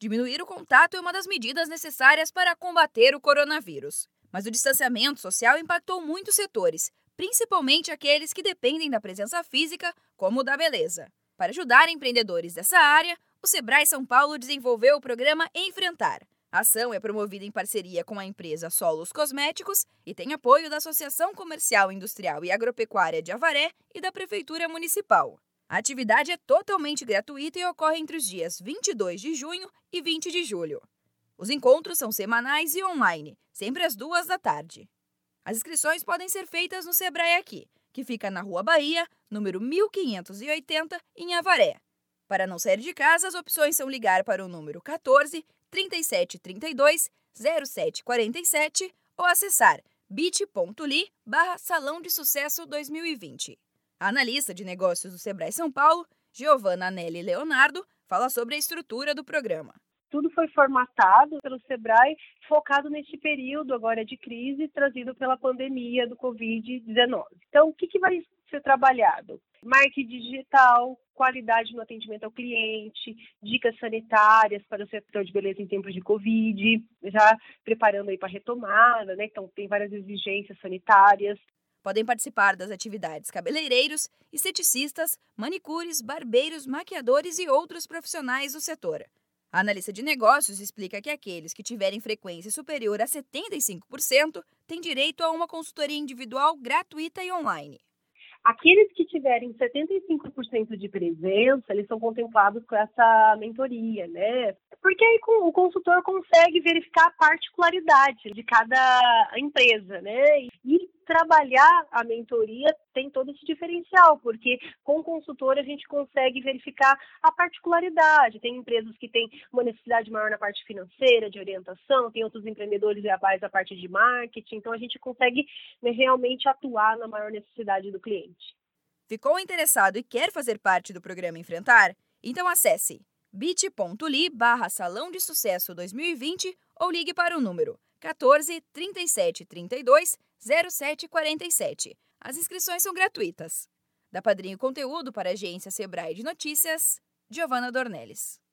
Diminuir o contato é uma das medidas necessárias para combater o coronavírus. Mas o distanciamento social impactou muitos setores, principalmente aqueles que dependem da presença física, como o da beleza. Para ajudar empreendedores dessa área, o Sebrae São Paulo desenvolveu o programa Enfrentar. A ação é promovida em parceria com a empresa Solos Cosméticos e tem apoio da Associação Comercial, Industrial e Agropecuária de Avaré e da Prefeitura Municipal. A atividade é totalmente gratuita e ocorre entre os dias 22 de junho e 20 de julho. Os encontros são semanais e online, sempre às 14h. As inscrições podem ser feitas no Sebrae Aqui, que fica na Rua Bahia, número 1580, em Avaré. Para não sair de casa, as opções são ligar para o número 14 37 32 07 47 ou acessar bit.ly/Salão de Sucesso 2020. A analista de negócios do Sebrae São Paulo, Giovana Nelly Leonardo, fala sobre a estrutura do programa. Tudo foi formatado pelo Sebrae, focado neste período agora de crise trazido pela pandemia do Covid-19. Então, o que vai ser trabalhado? Marketing digital, qualidade no atendimento ao cliente, dicas sanitárias para o setor de beleza em tempos de Covid, já preparando aí para a retomada, né? Então, tem várias exigências sanitárias. Podem participar das atividades cabeleireiros, esteticistas, manicures, barbeiros, maquiadores e outros profissionais do setor. A analista de negócios explica que aqueles que tiverem frequência superior a 75% têm direito a uma consultoria individual gratuita e online. Aqueles que tiverem 75% de presença, eles são contemplados com essa mentoria, né? Porque aí o consultor consegue verificar a particularidade de cada empresa, né? E trabalhar a mentoria tem todo esse diferencial, porque com o consultor a gente consegue verificar a particularidade. Tem empresas que têm uma necessidade maior na parte financeira, de orientação, tem outros empreendedores mais na parte de marketing, então a gente consegue, né, realmente atuar na maior necessidade do cliente. Ficou interessado e quer fazer parte do programa Enfrentar? Então acesse bit.ly/Salão de Sucesso 2020 ou ligue para o número 14 37 32 07 47. As inscrições são gratuitas. Da Padrinho Conteúdo para a agência Sebrae de Notícias, Giovana Dornelles.